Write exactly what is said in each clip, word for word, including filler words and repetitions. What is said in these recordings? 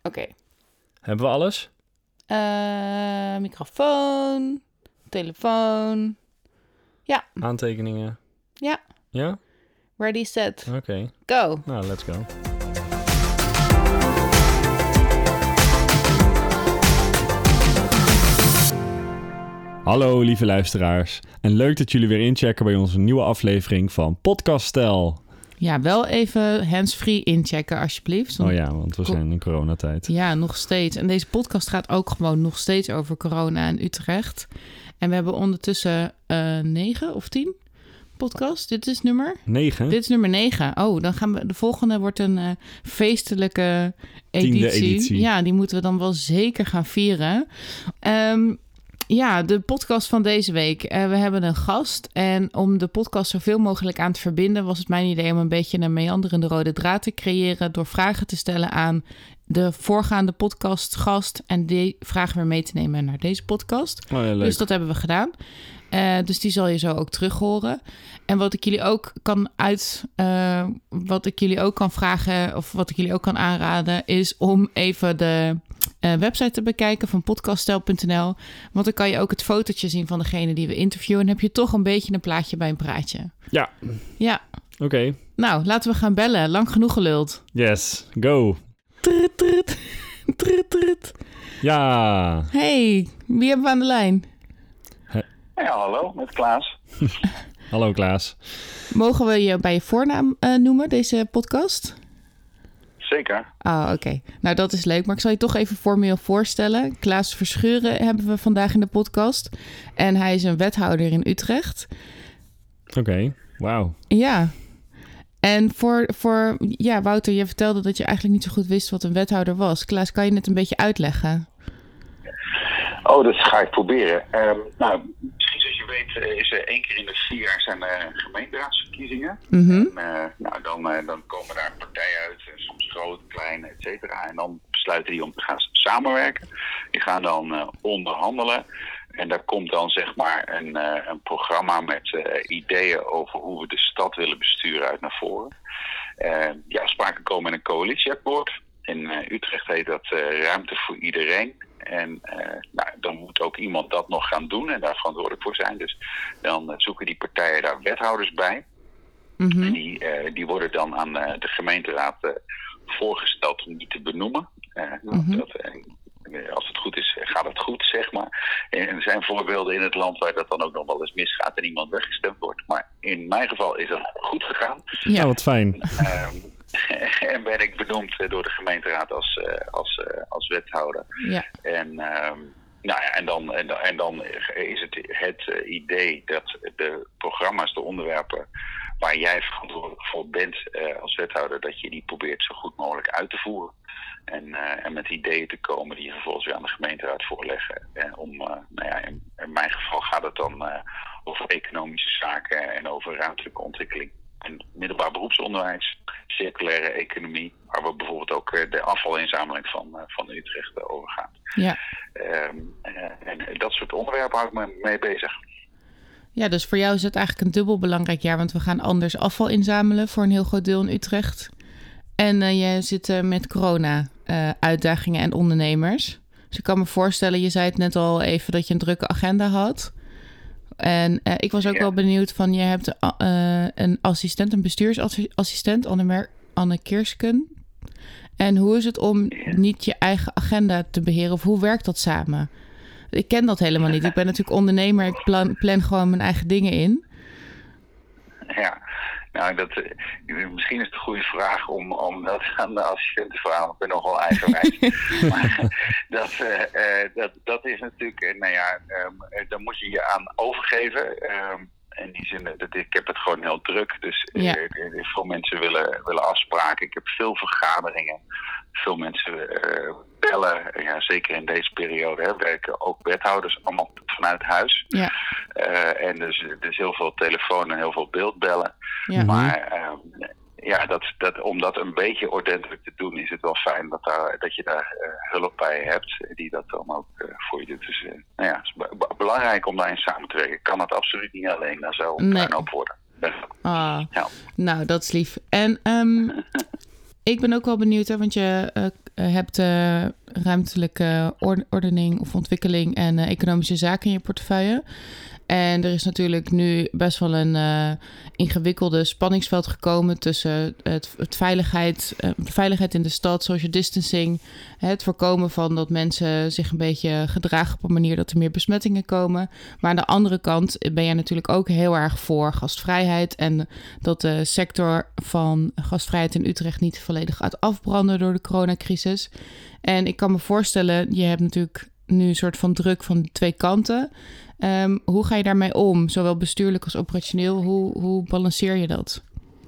Oké. Okay. Hebben we alles? Uh, microfoon, telefoon. Ja. Aantekeningen. Ja. Ja? Ready, set. Oké. Okay. Go. Nou, let's go. Hallo lieve luisteraars. En leuk dat jullie weer inchecken bij onze nieuwe aflevering van Podcast Stel. Ja, wel even hands-free inchecken alsjeblieft. Want... Oh ja, want we zijn in coronatijd. Ja, nog steeds. En deze podcast gaat ook gewoon nog steeds over corona in Utrecht. En we hebben ondertussen uh, negen of tien podcasts. Dit is nummer? Negen. Dit is nummer negen. Oh, dan gaan we. De volgende wordt een uh, feestelijke editie. Tiende editie. Ja, die moeten we dan wel zeker gaan vieren. Um, Ja, de podcast van deze week. Uh, we hebben een gast. En om de podcast zoveel mogelijk aan te verbinden, was het mijn idee om een beetje een meanderende rode draad te creëren door vragen te stellen aan de voorgaande podcastgast en die vragen weer mee te nemen naar deze podcast. Oh ja, leuk. Dus dat hebben we gedaan. Uh, dus die zal je zo ook terug horen. En wat ik jullie ook kan uit, uh, wat ik jullie ook kan vragen, of wat ik jullie ook kan aanraden, is om even de uh, website te bekijken van podcaststel punt n l. Want dan kan je ook het fotootje zien van degene die we interviewen. En heb je toch een beetje een plaatje bij een praatje. Ja. Ja. Oké. Okay. Nou, laten we gaan bellen. Lang genoeg geluld. Yes, go. Trut, trut. Trut, trut. Ja. Hey, wie hebben we aan de lijn? Ja, hallo, met Klaas. Hallo Klaas. Mogen we je bij je voornaam uh, noemen, deze podcast? Zeker. Ah, oké. Okay. Nou, dat is leuk. Maar ik zal je toch even formeel voorstellen. Klaas Verschuren hebben we vandaag in de podcast. En hij is een wethouder in Utrecht. Oké, okay. Wauw. Ja. En voor, voor... Ja, Wouter, je vertelde dat je eigenlijk niet zo goed wist wat een wethouder was. Klaas, kan je het een beetje uitleggen? Oh, dat ga ik proberen. Um, nou, misschien zoals je weet is er één keer in de vier jaar zijn er gemeenteraadsverkiezingen. Mm-hmm. En, uh, nou, dan, uh, dan komen daar partijen uit, soms groot, klein, et cetera. En dan besluiten die om te gaan samenwerken. Die gaan dan uh, onderhandelen. En daar komt dan zeg maar een, uh, een programma met uh, ideeën over hoe we de stad willen besturen uit naar voren. Uh, die afspraken komen in een coalitieakkoord. In uh, Utrecht heet dat uh, Ruimte voor Iedereen. En uh, nou, dan moet ook iemand dat nog gaan doen en daar verantwoordelijk voor zijn. Dus dan uh, zoeken die partijen daar wethouders bij. Mm-hmm. En die, uh, die worden dan aan uh, de gemeenteraad uh, voorgesteld om die te benoemen. Uh, mm-hmm. dat, uh, als het goed is, gaat het goed, zeg maar. En er zijn voorbeelden in het land waar dat dan ook nog wel eens misgaat en iemand weggestemd wordt. Maar in mijn geval is dat goed gegaan. Ja, wat fijn. Uh, En ben ik benoemd door de gemeenteraad als, uh, als, uh, als wethouder. Ja. En, um, nou ja, en, dan, en, en dan is het het uh, idee dat de programma's, de onderwerpen waar jij verantwoordelijk voor bent uh, als wethouder, dat je die probeert zo goed mogelijk uit te voeren. En, uh, en met ideeën te komen die je vervolgens weer aan de gemeenteraad voorleggen. En om, uh, nou ja, in, in mijn geval gaat het dan uh, over economische zaken en over ruimtelijke ontwikkeling. En middelbaar beroepsonderwijs, circulaire economie, waar we bijvoorbeeld ook de afvalinzameling van, van Utrecht over gaat. Ja. Um, en dat soort onderwerpen hou ik me mee bezig. Ja, dus voor jou is het eigenlijk een dubbel belangrijk jaar, want we gaan anders afval inzamelen voor een heel groot deel in Utrecht. En uh, je zit uh, met corona uh, uitdagingen en ondernemers. Dus ik kan me voorstellen, je zei het net al even dat je een drukke agenda had. En uh, ik was ook ja. wel benieuwd van, je hebt uh, een assistent, een bestuursassistent, Anne, Anne Keersken. En hoe is het om ja. niet je eigen agenda te beheren? Of hoe werkt dat samen? Ik ken dat helemaal niet. Ik ben natuurlijk ondernemer, ik plan, plan gewoon mijn eigen dingen in. Ja, nou, dat, uh, misschien is het een goede vraag om, om dat aan de assistent te vragen. Ik ben nogal eigenwijs. Maar dat, uh, uh, dat, dat is natuurlijk, uh, nou ja, um, daar moet je je aan overgeven. Um, in die zin, dat, ik heb het gewoon heel druk. Dus ja. uh, uh, veel mensen willen, willen afspraken. Ik heb veel vergaderingen. Veel mensen uh, bellen. Ja, zeker in deze periode hè, werken ook wethouders allemaal vanuit huis. Ja. Uh, en dus, dus heel veel telefoon en heel veel beeldbellen. Ja. Maar um, ja, dat, dat, om dat een beetje ordentelijk te doen, is het wel fijn dat, daar, dat je daar uh, hulp bij hebt. Die dat dan ook uh, voor je doet. Dus uh, nou ja, het is b- belangrijk om daarin samen te werken. Ik kan het absoluut niet alleen. Daar zou een nee. hoop worden. Ah, ja. Nou, dat is lief. En um, ik ben ook wel benieuwd, hè, want je uh, hebt uh, ruimtelijke ordening of ontwikkeling en uh, economische zaken in je portefeuille. En er is natuurlijk nu best wel een uh, ingewikkelde spanningsveld gekomen tussen het, het veiligheid, uh, veiligheid in de stad, social distancing, het voorkomen van dat mensen zich een beetje gedragen op een manier dat er meer besmettingen komen. Maar aan de andere kant ben jij natuurlijk ook heel erg voor gastvrijheid en dat de sector van gastvrijheid in Utrecht niet volledig gaat afbranden door de coronacrisis. En ik kan me voorstellen, je hebt natuurlijk nu een soort van druk van twee kanten. Um, hoe ga je daarmee om, zowel bestuurlijk als operationeel? Hoe, hoe balanceer je dat?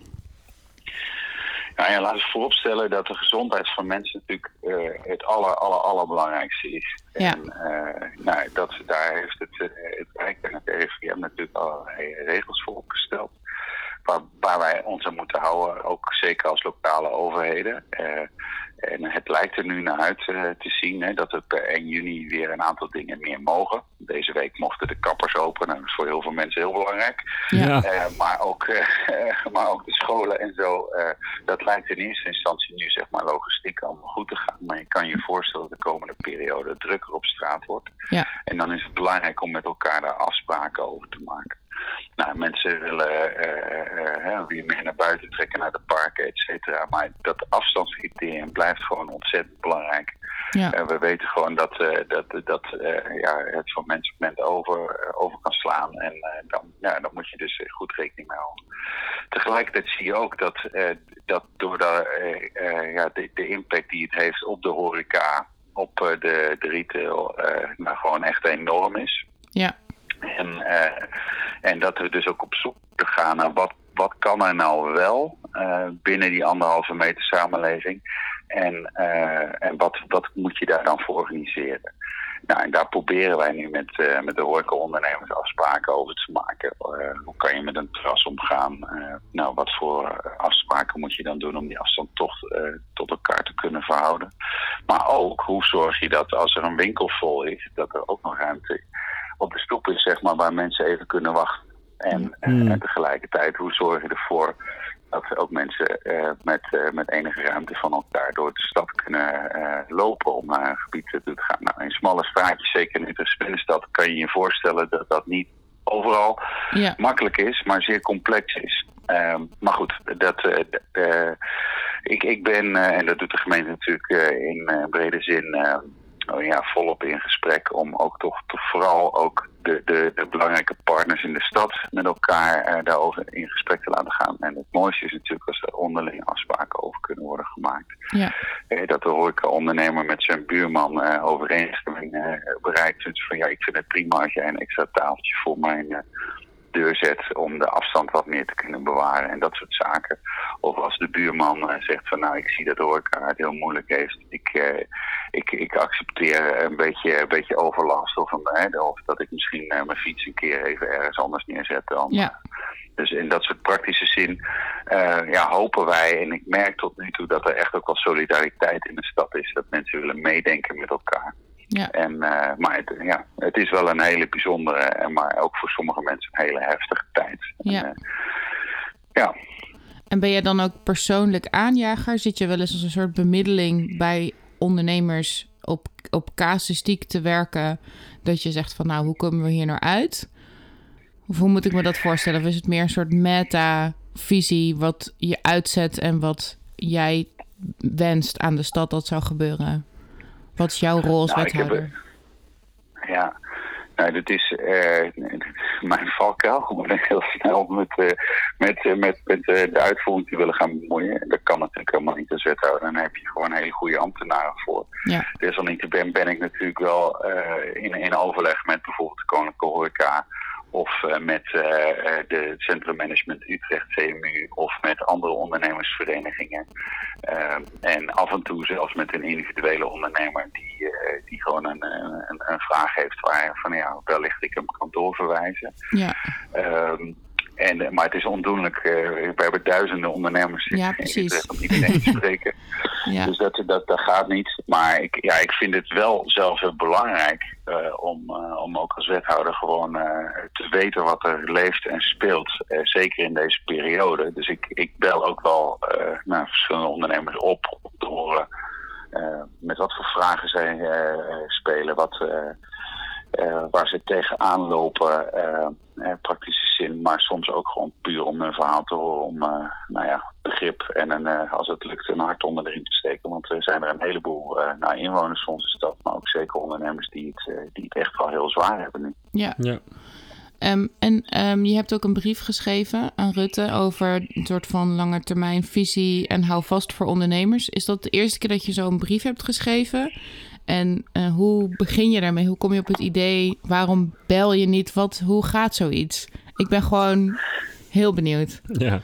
Nou ja, laten we vooropstellen dat de gezondheid van mensen natuurlijk uh, het aller, aller, allerbelangrijkste is. Ja. En uh, nou, dat, daar heeft het, uh, het Rijk en het R I V M natuurlijk allerlei regels voor opgesteld. Waar, waar wij ons aan moeten houden, ook zeker als lokale overheden. Uh, En het lijkt er nu naar uit uh, te zien hè, dat er per één juni weer een aantal dingen meer mogen. Deze week mochten de kappers open. Nou, dat is voor heel veel mensen heel belangrijk. Ja. Uh, maar, ook, uh, maar ook de scholen en zo. Uh, dat lijkt in eerste instantie nu zeg maar logistiek allemaal goed te gaan. Maar je kan je voorstellen dat de komende periode drukker op straat wordt. Ja. En dan is het belangrijk om met elkaar daar afspraken over te maken. Nou, mensen willen uh, uh, weer meer naar buiten trekken, naar de parken, et cetera. Maar dat afstandscriterium blijft gewoon ontzettend belangrijk. Ja. Uh, we weten gewoon dat, uh, dat, dat uh, ja, het van mens op mens over, uh, over kan slaan. En uh, dan, ja, dan moet je dus goed rekening mee houden. Tegelijkertijd zie je ook dat, uh, dat door de, uh, uh, ja, de, de impact die het heeft op de horeca, op uh, de, de retail, uh, nou, gewoon echt enorm is. Ja. En, uh, en dat we dus ook op zoek gaan naar wat, wat kan er nou wel uh, binnen die anderhalve meter samenleving. En, uh, en wat, wat moet je daar dan voor organiseren? Nou, en daar proberen wij nu met, uh, met de horecaondernemers afspraken over te maken. Uh, hoe kan je met een terras omgaan? Uh, nou, wat voor afspraken moet je dan doen om die afstand toch uh, tot elkaar te kunnen verhouden? Maar ook, hoe zorg je dat als er een winkel vol is, dat er ook nog ruimte op de stoep is, zeg maar, waar mensen even kunnen wachten. En, mm. uh, en tegelijkertijd, hoe zorg je ervoor dat ook mensen uh, met, uh, met enige ruimte van elkaar door de stad kunnen uh, lopen om naar een gebied toe te gaan. Nou, in smalle straatjes, zeker in de binnenstad, kan je je voorstellen dat dat niet overal ja. makkelijk is, maar zeer complex is. Uh, maar goed, dat, uh, uh, ik, ik ben, uh, en dat doet de gemeente natuurlijk uh, in uh, brede zin, uh, Oh ja, volop in gesprek om ook toch, toch vooral ook de, de, de belangrijke partners in de stad met elkaar uh, daarover in gesprek te laten gaan. En het mooiste is natuurlijk als er onderlinge afspraken over kunnen worden gemaakt. Ja. Uh, dat de horeca-ondernemer met zijn buurman uh, overeenstemming uh, bereikt. Dus van ja, ik vind het prima als jij een extra tafeltje voor mijn uh, deur zet om de afstand wat meer te kunnen bewaren en dat soort zaken. Of als de buurman uh, zegt van nou, ik zie dat de horeca het heel moeilijk heeft. Ik, uh, ik, ik accepteer een beetje, een beetje overlast of, een, of dat ik misschien uh, mijn fiets een keer even ergens anders neerzet dan. Ja. Dus in dat soort praktische zin uh, ja, hopen wij, en ik merk tot nu toe dat er echt ook wel solidariteit in de stad is. Dat mensen willen meedenken met elkaar. Ja. En, uh, maar het, ja, het is wel een hele bijzondere, maar ook voor sommige mensen een hele heftige tijd. Ja. En, uh, ja. En ben jij dan ook persoonlijk aanjager? Zit je wel eens als een soort bemiddeling bij ondernemers op, op casuïstiek te werken? Dat je zegt van nou, hoe komen we hier nou uit? Of hoe moet ik me dat voorstellen? Of is het meer een soort meta-visie wat je uitzet en wat jij wenst aan de stad dat zou gebeuren? Wat is jouw rol als nou, wethouder? Heb, ja, nou, dat is uh, mijn valkuil om heel snel met, uh, met, uh, met, met uh, de uitvoering te willen gaan bemoeien. Dat kan natuurlijk helemaal niet als wethouder. Dan heb je gewoon hele goede ambtenaren voor. Ja. Desalniettemin ben ik natuurlijk wel uh, in, in overleg met bijvoorbeeld de Koninklijke Horeca of uh, met uh, de Centrum Management Utrecht C M U of met andere ondernemersverenigingen. Uh, en af en toe zelfs met een individuele ondernemer die, uh, die gewoon een, een, een vraag heeft waar van ja, wellicht ik hem kan doorverwijzen. Ja. Uh, En, maar het is ondoenlijk. Uh, we hebben duizenden ondernemers ja, in precies. om iedereen te spreken. ja. Dus dat, dat, dat gaat niet. Maar ik, ja, ik vind het wel zelf heel belangrijk uh, om, uh, om ook als wethouder gewoon uh, te weten wat er leeft en speelt. Uh, zeker in deze periode. Dus ik, ik bel ook wel uh, naar verschillende ondernemers op om te horen uh, met wat voor vragen zij uh, spelen. Wat... Uh, Uh, waar ze tegenaan lopen, uh, uh, praktische zin, maar soms ook gewoon puur om een verhaal te horen, om uh, nou ja, begrip en een, uh, als het lukt een hart onder erin te steken. Want er zijn er een heleboel uh, nou, inwoners van onze stad, maar ook zeker ondernemers die het, uh, die het echt wel heel zwaar hebben nu. Ja. ja. Um, en um, je hebt ook een brief geschreven aan Rutte over een soort van langetermijn visie en hou vast voor ondernemers. Is dat de eerste keer dat je zo'n brief hebt geschreven? En uh, hoe begin je daarmee? Hoe kom je op het idee? Waarom bel je niet? Wat, hoe gaat zoiets? Ik ben gewoon heel benieuwd. Ja.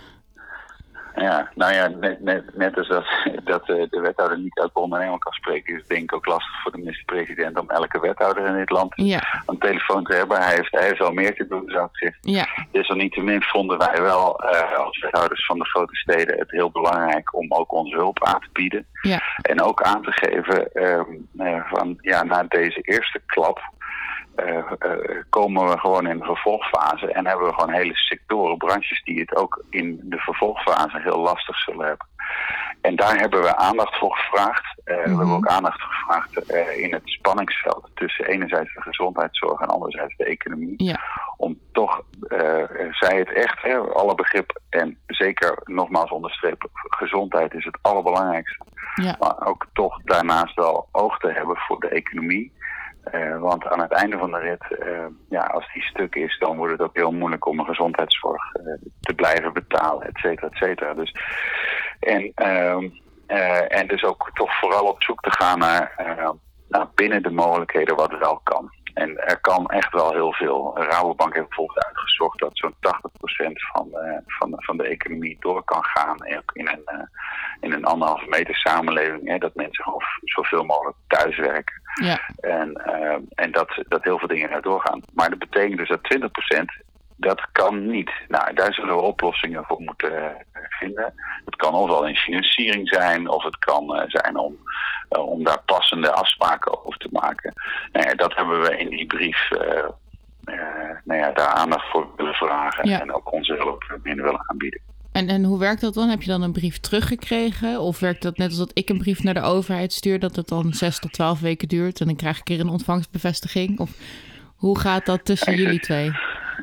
Ja, nou ja, net, net, net als dat, dat uh, de wethouder niet elke ondernemer kan spreken, is het denk ik ook lastig voor de minister-president om elke wethouder in dit land ja. aan de telefoon te hebben. Hij heeft, hij heeft wel meer te doen, zou ik zeggen. Ja. Desalniettemin vonden wij wel uh, als wethouders van de grote steden het heel belangrijk om ook onze hulp aan te bieden. Ja. En ook aan te geven um, uh, van ja, na deze eerste klap Uh, uh, komen we gewoon in de vervolgfase en hebben we gewoon hele sectoren, branches die het ook in de vervolgfase heel lastig zullen hebben. En daar hebben we aandacht voor gevraagd. Uh, mm-hmm. We hebben ook aandacht gevraagd uh, in het spanningsveld tussen enerzijds de gezondheidszorg en anderzijds de economie. Ja. Om toch, uh, zij het echt, hè, alle begrip en zeker nogmaals onderstrepen, gezondheid is het allerbelangrijkste. Ja. Maar ook toch daarnaast wel oog te hebben voor de economie. Uh, want aan het einde van de rit, uh, ja, als die stuk is, dan wordt het ook heel moeilijk om een gezondheidszorg uh, te blijven betalen, et cetera, et cetera. Dus, en, uh, uh, en dus ook toch vooral op zoek te gaan naar, uh, naar binnen de mogelijkheden wat wel kan. En er kan echt wel heel veel. Rabobank heeft bijvoorbeeld uitgezocht dat zo'n tachtig procent van, uh, van, van de economie door kan gaan in een, uh, in een anderhalve meter samenleving. Hè, dat mensen gewoon zoveel mogelijk thuiswerken. Ja. En, uh, en dat, dat heel veel dingen naar doorgaan. Maar dat betekent dus dat twintig procent, dat kan niet. Nou, daar zullen we oplossingen voor moeten uh, vinden. Het kan ofwel een financiering zijn, of het kan uh, zijn om, uh, om daar passende afspraken over te maken. Nou ja, dat hebben we in die brief uh, uh, nou ja, daar aandacht voor willen vragen. Ja. En ook onze hulp binnen willen aanbieden. En, en hoe werkt dat dan? Heb je dan een brief teruggekregen? Of werkt dat net als dat ik een brief naar de overheid stuur, dat het dan zes tot twaalf weken duurt en dan krijg ik een keer een ontvangstbevestiging? Of hoe gaat dat tussen jullie twee?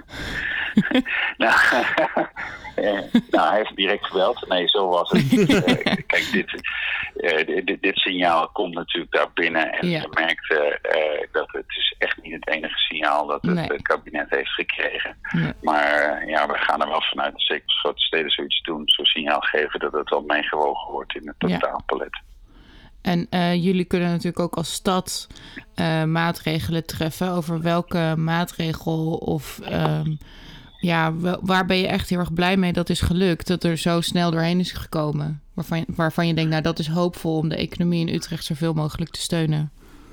nou, eh, nou, hij heeft direct gebeld. Nee, zo was het. uh, kijk, dit, uh, dit, dit signaal komt natuurlijk daar binnen. En ja. je merkt uh, dat het is echt niet het enige signaal dat het nee. kabinet heeft gekregen. Nee. Maar uh, ja, we gaan er wel vanuit dat zeker grote steden zoiets doen. Zo'n signaal geven dat het wel meegewogen wordt in het totaalpalet. Ja. En uh, jullie kunnen natuurlijk ook als stad uh, maatregelen treffen over welke maatregel of um, ja, waar ben je echt heel erg blij mee dat is gelukt, dat er zo snel doorheen is gekomen. Waarvan, waarvan je denkt, nou dat is hoopvol om de economie in Utrecht zoveel mogelijk te steunen.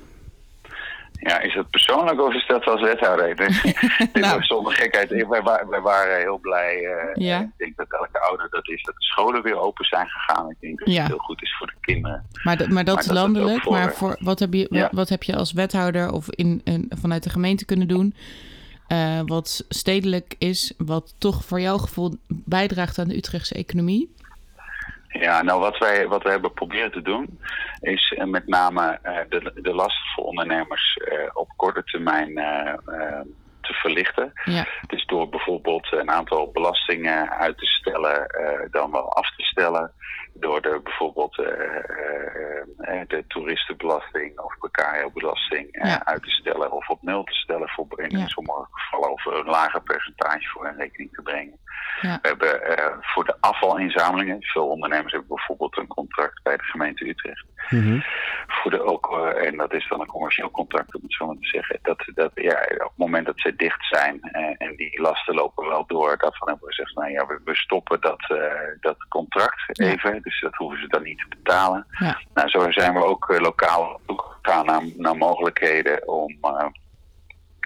Ja, is dat persoonlijk of is dat als wethouder? Dit nou. was zonder gekheid. Wij, wij waren heel blij. Uh, ja. Ik denk dat elke ouder dat is. Dat de scholen weer open zijn gegaan. Ik denk dat ja. het heel goed is voor de kinderen. Maar, d- maar dat maar is dat landelijk. Voor, maar voor, wat, heb je, ja. wat heb je als wethouder of in, in, vanuit de gemeente kunnen doen? Uh, wat stedelijk is, wat toch voor jouw gevoel bijdraagt aan de Utrechtse economie? Ja, nou wat wij, wat wij hebben proberen te doen is uh, met name uh, de, de lasten voor ondernemers uh, op korte termijn uh, uh, te verlichten. Ja. Dus door bijvoorbeeld een aantal belastingen uit te stellen, uh, dan wel af te stellen. Door de, bijvoorbeeld uh, uh, de toeristenbelasting of P K L-belasting uh, ja. uit te stellen of op nul te stellen voor in ja. sommige gevallen of een lager percentage voor in rekening te brengen. Ja. We hebben uh, voor de afvalinzamelingen, veel ondernemers hebben bijvoorbeeld een contract bij de gemeente Utrecht. Mm-hmm. Voor de ook, uh, en dat is dan een commercieel contract, om het zo maar te zeggen. Dat, dat, ja, op het moment dat ze dicht zijn uh, en die lasten lopen wel door, daarvan hebben we gezegd, nou ja, we, we stoppen dat, uh, dat contract even. Ja. Dus dat hoeven ze dan niet te betalen. Ja. Nou, zo zijn we ook uh, lokaal op zoek gegaan naar, naar mogelijkheden om, uh,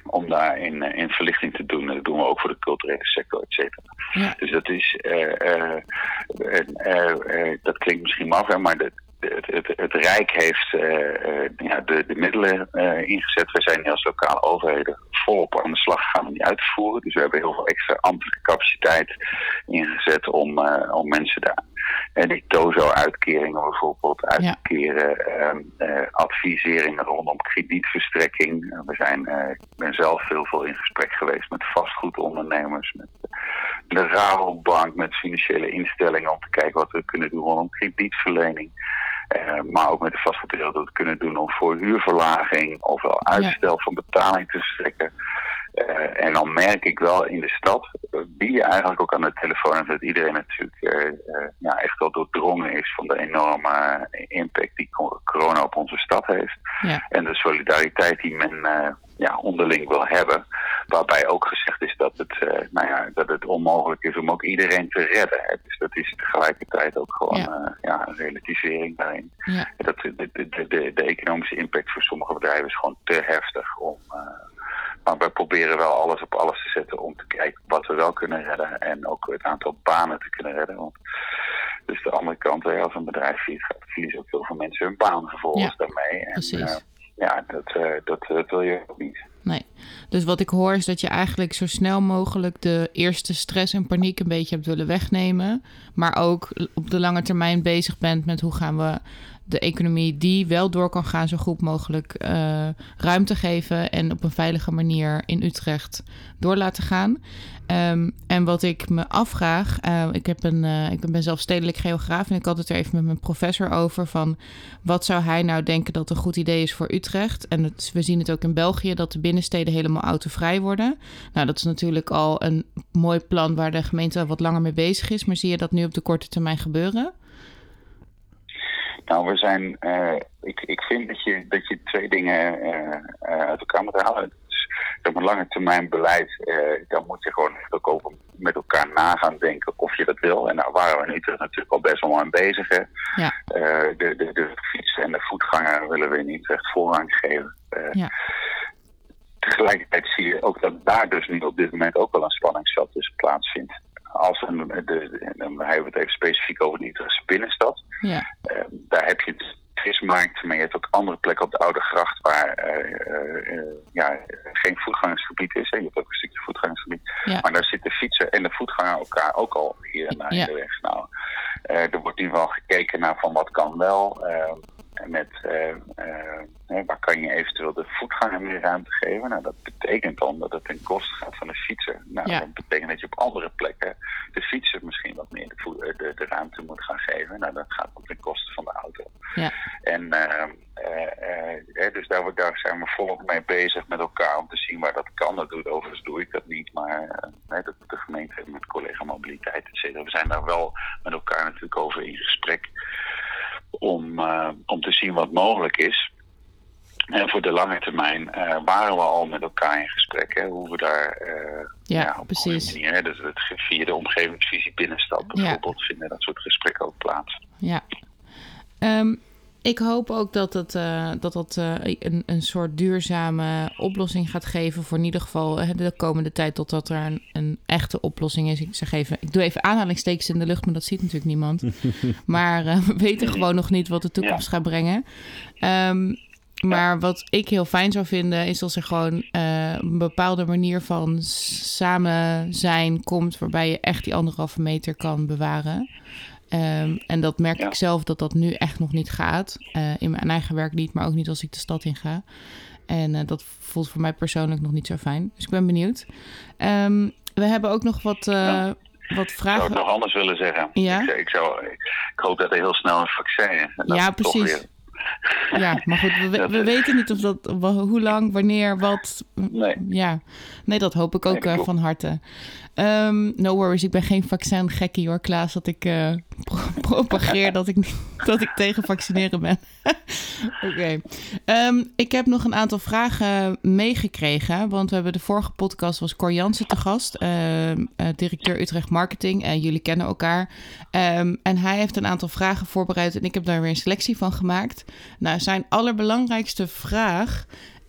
om daar in, in verlichting te doen. Dat doen we ook voor de culturele sector, et cetera. Ja. Dus dat is, uh, uh, uh, uh, uh, dat klinkt misschien maf, hè, maar de, Het, het, het Rijk heeft uh, uh, ja, de, de middelen uh, ingezet. Wij zijn als lokale overheden volop aan de slag gegaan om die uit te voeren. Dus we hebben heel veel extra ambtelijke capaciteit ingezet om, uh, om mensen daar... En die TOZO-uitkeringen bijvoorbeeld uit te keren. Uh, uh, adviseringen rondom kredietverstrekking. Uh, we zijn, uh, ik ben zelf heel veel in gesprek geweest met vastgoedondernemers. Met de Rabobank, met financiële instellingen. Om te kijken wat we kunnen doen rondom kredietverlening. Uh, maar ook met de vastgoedwereld wat we kunnen doen om voor huurverlaging. Ofwel uitstel ja. van betaling te verstrekken. Uh, en dan merk ik wel in de stad, uh, die je eigenlijk ook aan de telefoon hebt, dat iedereen natuurlijk uh, uh, ja, echt wel doordrongen is van de enorme uh, impact die corona op onze stad heeft. Ja. En de solidariteit die men uh, ja, onderling wil hebben. Waarbij ook gezegd is dat het, uh, nou ja, dat het onmogelijk is om ook iedereen te redden. Hè. Dus dat is tegelijkertijd ook gewoon ja. Uh, ja, een relativering daarin. Ja. Dat de, de, de, de, de economische impact voor sommige bedrijven is gewoon te heftig om... Uh, Maar we proberen wel alles op alles te zetten om te kijken wat we wel kunnen redden. En ook het aantal banen te kunnen redden. Want dus de andere kant, als een bedrijf gaat, verliezen ook heel veel mensen hun baan vervolgens ja, daarmee. En, precies. Uh, ja, dat, uh, dat, dat wil je ook niet. Nee. Dus wat ik hoor is dat je eigenlijk zo snel mogelijk de eerste stress en paniek een beetje hebt willen wegnemen. Maar ook op de lange termijn bezig bent met hoe gaan we de economie die wel door kan gaan zo goed mogelijk uh, ruimte geven en op een veilige manier in Utrecht door laten gaan. Um, en wat ik me afvraag, uh, ik, heb een, uh, ik ben zelf stedelijk geograaf en ik had het er even met mijn professor over van wat zou hij nou denken dat een goed idee is voor Utrecht. En het, we zien het ook in België dat de binnensteden helemaal autovrij worden. Nou, dat is natuurlijk al een mooi plan waar de gemeente wat langer mee bezig is, maar zie je dat nu op de korte termijn gebeuren? Nou, we zijn. Uh, ik, ik vind dat je, dat je twee dingen uh, uh, uit elkaar moet halen. Dus op een lange termijn beleid, uh, dan moet je gewoon echt ook over met elkaar na gaan denken of je dat wil. En daar waren we in Utrecht natuurlijk al best wel aan bezig. Hè. Ja. Uh, de, de, de fietsen en de voetganger willen we in Utrecht voorrang geven. Uh, ja. Tegelijkertijd zie je ook dat daar dus nu op dit moment ook wel een spanningsveld tussen plaatsvindt. Als een, de, de, dan hebben we het even specifiek over de Utrechtse binnenstad. Ja. Uh, daar heb je de vismarkt, maar je hebt ook andere plekken op de Oude Gracht waar uh, uh, ja, geen voetgangersgebied is. Hè. Je hebt ook een stukje voetgangersgebied. Ja. Maar daar zitten fietsen en de voetganger elkaar ook al hier en daar ja. in de weg. Nou, uh, er wordt nu wel gekeken naar van wat kan wel. Uh, met uh, uh, waar kan je eventueel de voetganger meer ruimte geven. Nou, dat betekent dan dat het ten koste gaat van de fietser. Nou, ja. Dat betekent dat je op andere plekken de fietser misschien wat meer de, vo- de, de ruimte moet gaan geven. Nou, dat gaat ook ten koste van de auto. Ja. En uh, uh, uh, dus daar, daar zijn we volop mee bezig met elkaar om te zien waar dat kan. Dat doet, overigens doe ik dat niet, maar uh, nee, dat doet de gemeente met collega mobiliteit, et cetera. We zijn daar wel met elkaar natuurlijk over in gesprek. Om, uh, om te zien wat mogelijk is. En voor de lange termijn uh, waren we al met elkaar in gesprek. Hè, hoe we daar uh, ja, ja, op precies. Een manier, dus het, via de omgevingsvisie binnenstad bijvoorbeeld, ja. vinden dat soort gesprekken ook plaats. Ja. Um, ik hoop ook dat het, uh, dat, dat uh, een, een soort duurzame oplossing gaat geven. Voor in ieder geval uh, de komende tijd totdat er een, een echte oplossing is. Ik zeg even, ik doe even aanhalingstekens in de lucht, maar dat ziet natuurlijk niemand. Maar uh, we weten gewoon nog niet wat de toekomst ja. gaat brengen. Um, maar wat ik heel fijn zou vinden is als er gewoon uh, een bepaalde manier van samen zijn komt, waarbij je echt die anderhalve meter kan bewaren. Um, en dat merk ja. ik zelf dat dat nu echt nog niet gaat. Uh, in mijn eigen werk niet, maar ook niet als ik de stad in ga. En uh, dat voelt voor mij persoonlijk nog niet zo fijn. Dus ik ben benieuwd. Um, we hebben ook nog wat, uh, ja. wat vragen. Ik zou het nog anders willen zeggen. Ja? Ik, ik, zou, ik hoop dat er heel snel een vaccin is. En ja, precies. Ja, maar goed, we, we weten niet of dat, hoe lang, wanneer, wat. Nee. Ja, nee, dat hoop ik ook nee, uh, van harte. Um, no worries, ik ben geen vaccin-gekkie hoor, Klaas, dat ik uh, pro- propageer dat, ik, dat ik tegen vaccineren ben. Oké. Okay. Um, ik heb nog een aantal vragen meegekregen, want we hebben de vorige podcast was Cor Jansen te gast, uh, uh, directeur Utrecht Marketing. En uh, jullie kennen elkaar. Um, en hij heeft een aantal vragen voorbereid en ik heb daar weer een selectie van gemaakt. Nou, zijn allerbelangrijkste vraag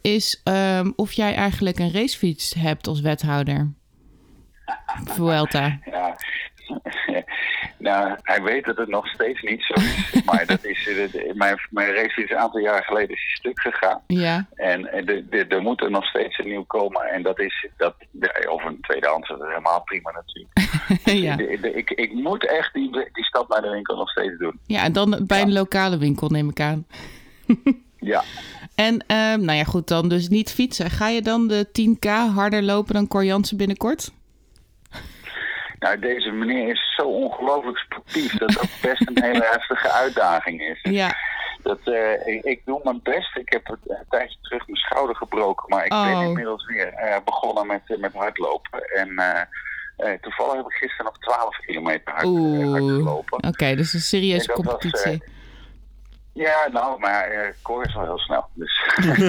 is um, of jij eigenlijk een racefiets hebt als wethouder. Vuelta. Ja. Nou, hij weet dat het nog steeds niet zo is. Maar dat is, uh, mijn, mijn race is een aantal jaar geleden is stuk gegaan. Ja. En de, de, er moet er nog steeds een nieuw komen. En dat is, dat, of een tweedehands, dat is helemaal prima natuurlijk. Ja. De, de, ik, ik moet echt die, die stap naar de winkel nog steeds doen. Ja, en dan bij een ja. lokale winkel neem ik aan. Ja. En um, nou ja, goed, dan dus niet fietsen. Ga je dan de tien k harder lopen dan Cor Jansen binnenkort? Nou, deze meneer is zo ongelooflijk sportief dat dat best een hele heftige uitdaging is. Ja. Dat, uh, ik, ik doe mijn best. Ik heb een tijdje terug mijn schouder gebroken, maar ik oh. ben inmiddels weer uh, begonnen met, uh, met hardlopen. En uh, uh, toevallig heb ik gisteren nog twaalf kilometer hard, uh, hard gelopen. Oké, okay, dus een serieuze competitie. Was, uh, ja, nou, maar uh, Cor is wel heel snel. Dus.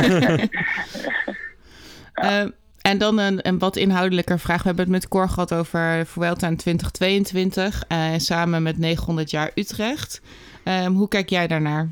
ja. uh, En dan een, een wat inhoudelijker vraag. We hebben het met Cor gehad over Vuelta in twintig tweeëntwintig. Uh, samen met negenhonderd jaar Utrecht. Um, hoe kijk jij daarnaar?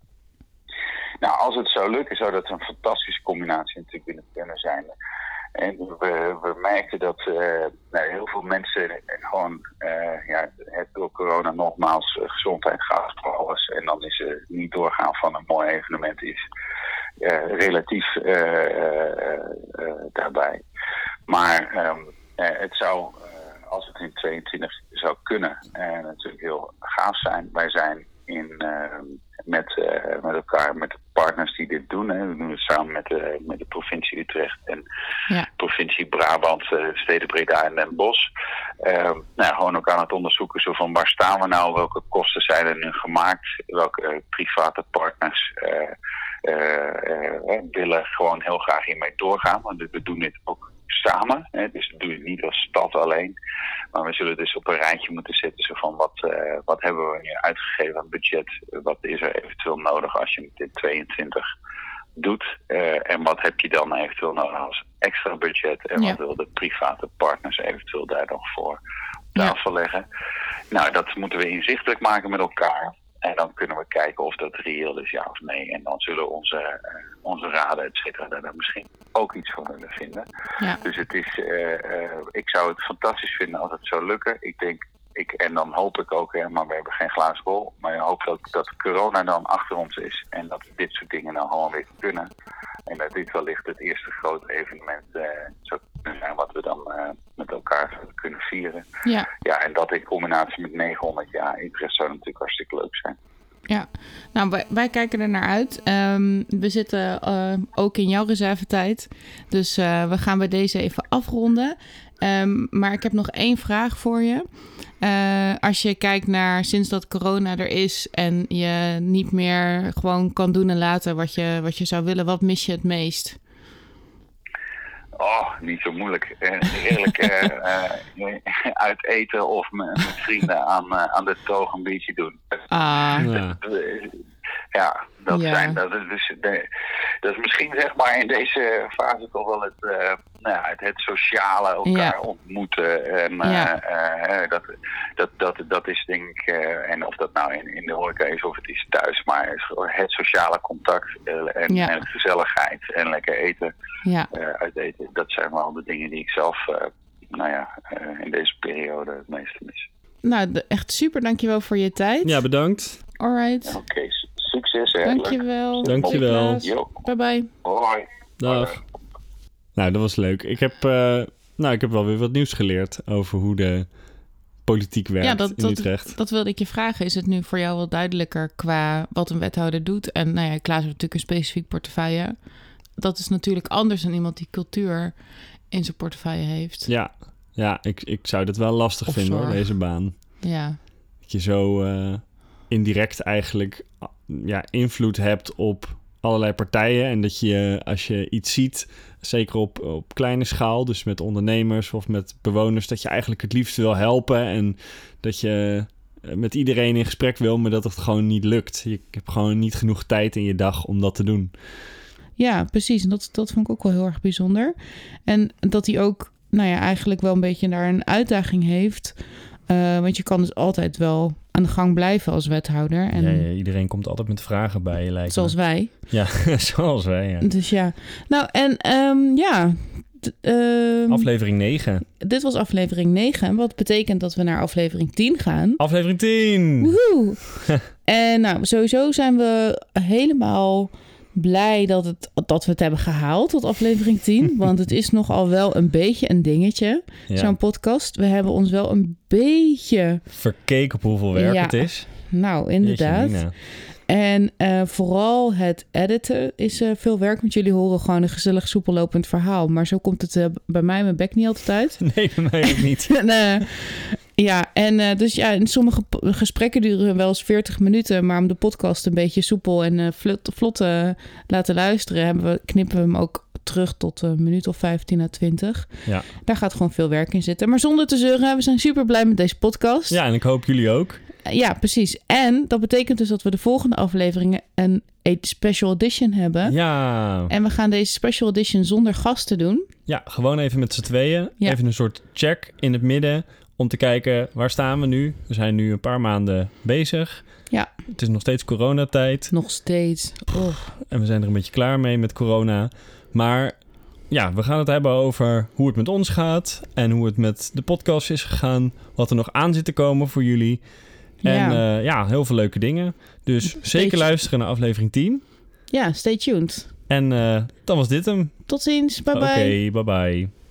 Nou, als het zou lukken, zou dat een fantastische combinatie natuurlijk willen kunnen zijn. En we, we merkten dat uh, nou, heel veel mensen gewoon uh, ja, het door corona nogmaals uh, gezondheid gaat voor alles. En dan is het niet doorgaan van een mooi evenement is uh, relatief uh, uh, uh, daarbij. Maar um, uh, het zou, uh, als het in tweeëntwintig zou kunnen, uh, natuurlijk heel gaaf zijn. Wij zijn in... Uh, Met, uh, met elkaar, met de partners die dit doen. Hè. We doen het samen met de, met de provincie Utrecht en ja. provincie Brabant, uh, steden Breda en Den Bosch. Uh, nou, gewoon ook aan het onderzoeken zo van waar staan we nou, welke kosten zijn er nu gemaakt, welke uh, private partners uh, uh, uh, willen gewoon heel graag hiermee doorgaan. Want we doen dit ook samen, hè. Dus dat doe je niet als stad alleen. Maar we zullen dus op een rijtje moeten zetten zo van wat, uh, wat hebben we nu uitgegeven aan budget, wat is er eventueel nodig als je het in tweeëntwintig doet uh, en wat heb je dan eventueel nodig als extra budget en ja. wat wil de private partners eventueel daar nog voor op tafel ja. leggen. Nou, dat moeten we inzichtelijk maken met elkaar. En dan kunnen we kijken of dat reëel is, ja of nee. En dan zullen onze, uh, onze raden, et cetera, daar misschien ook iets van willen vinden. Ja. Dus het is, uh, uh, ik zou het fantastisch vinden als het zou lukken. Ik denk, ik, en dan hoop ik ook, hè, maar we hebben geen glazen bol. Maar ik hoop dat, dat corona dan achter ons is. En dat dit soort dingen dan gewoon weer kunnen. En dat dit wellicht het eerste grote evenement uh, zou kunnen zijn wat we dan uh, met elkaar kunnen vieren. Ja. Ja, en dat in combinatie met negenhonderd jaar Utrecht zou natuurlijk hartstikke leuk zijn. Ja, nou wij, wij kijken er naar uit. Um, we zitten uh, ook in jouw reservetijd. Dus uh, we gaan bij deze even afronden. Um, maar ik heb nog één vraag voor je. Uh, als je kijkt naar sinds dat corona er is en je niet meer gewoon kan doen en laten wat je, wat je zou willen, wat mis je het meest? Oh, niet zo moeilijk. Uh, eerlijk, uh, uh, uit eten of met, met vrienden aan, uh, aan de toog een beetje doen. Ah. Ja. Ja, dat, ja. Zijn, dat, is dus de, dat is misschien zeg maar in deze fase toch wel het, uh, nou ja, het, het sociale elkaar ja. ontmoeten. En ja. uh, uh, dat, dat, dat, dat is denk ik, uh, en of dat nou in, in de horeca is of het is thuis, maar het sociale contact uh, en, ja. en gezelligheid en lekker eten, ja. uh, uit eten. Dat zijn wel de dingen die ik zelf uh, nou ja, uh, in deze periode het meeste mis. Nou, echt super. Dankjewel voor je tijd. Ja, bedankt. Alright. Oké, okay, succes. Hè. Dankjewel. Dankjewel. Bye bye. Hoi. Dag. Nou, dat was leuk. Ik heb, uh, nou, ik heb wel weer wat nieuws geleerd over hoe de politiek werkt ja, dat, in dat, Utrecht. Dat wilde ik je vragen. Is het nu voor jou wel duidelijker qua wat een wethouder doet? En nou ja, Klaas heeft natuurlijk een specifiek portefeuille. Dat is natuurlijk anders dan iemand die cultuur in zijn portefeuille heeft. Ja, ja ik, ik zou dat wel lastig of vinden zorg. hoor, deze baan. Ja. Dat je zo uh, indirect eigenlijk ja, invloed hebt op allerlei partijen. En dat je, als je iets ziet, zeker op, op kleine schaal, dus met ondernemers of met bewoners, dat je eigenlijk het liefst wil helpen. En dat je met iedereen in gesprek wil, maar dat het gewoon niet lukt. Je hebt gewoon niet genoeg tijd in je dag om dat te doen. Ja, precies. En dat, dat vond ik ook wel heel erg bijzonder. En dat hij ook, nou ja, eigenlijk wel een beetje daar een uitdaging heeft. Uh, want je kan dus altijd wel aan de gang blijven als wethouder. En Ja, ja, iedereen komt altijd met vragen bij je, lijkt zoals me. wij. Ja, zoals wij, ja. Dus ja. Nou, en um, ja... D- um, Aflevering negen. Dit was aflevering negen. Wat betekent dat we naar aflevering tien gaan. Aflevering tien! Woehoe! En nou, sowieso zijn we helemaal blij dat, het, dat we het hebben gehaald tot aflevering tien. Want het is nogal wel een beetje een dingetje, Ja. zo'n podcast. We hebben ons wel een beetje... Verkeken op hoeveel werk Ja, het is. Nou, inderdaad. Jeetje, Mina. En uh, vooral het editen is uh, veel werk. Want jullie horen gewoon een gezellig soepellopend verhaal. Maar zo komt het uh, bij mij mijn bek niet altijd uit. Nee, bij mij ook niet. en, uh, ja, en uh, dus ja, in sommige p- gesprekken duren wel eens veertig minuten. Maar om de podcast een beetje soepel en uh, vlot, vlot uh, laten luisteren... Hebben we, knippen we hem ook terug tot een minuut of vijftien à twintig. Ja. Daar gaat gewoon veel werk in zitten. Maar zonder te zeuren, we zijn super blij met deze podcast. Ja, en ik hoop jullie ook. Ja, precies. En dat betekent dus dat we de volgende afleveringen een special edition hebben. Ja. En we gaan deze special edition zonder gasten doen. Ja, gewoon even met z'n tweeën. Ja. Even een soort check in het midden om te kijken waar staan we nu. We zijn nu een paar maanden bezig. Ja. Het is nog steeds coronatijd. Nog steeds. Oh. En we zijn er een beetje klaar mee met corona. Maar ja, we gaan het hebben over hoe het met ons gaat. En hoe het met de podcast is gegaan. Wat er nog aan zit te komen voor jullie. En Ja. uh, ja, heel veel leuke dingen. Dus Stay zeker tu- luisteren naar aflevering tien. Ja, stay tuned. En uh, dan was dit hem. Tot ziens. Bye Oké, bye. bye bye.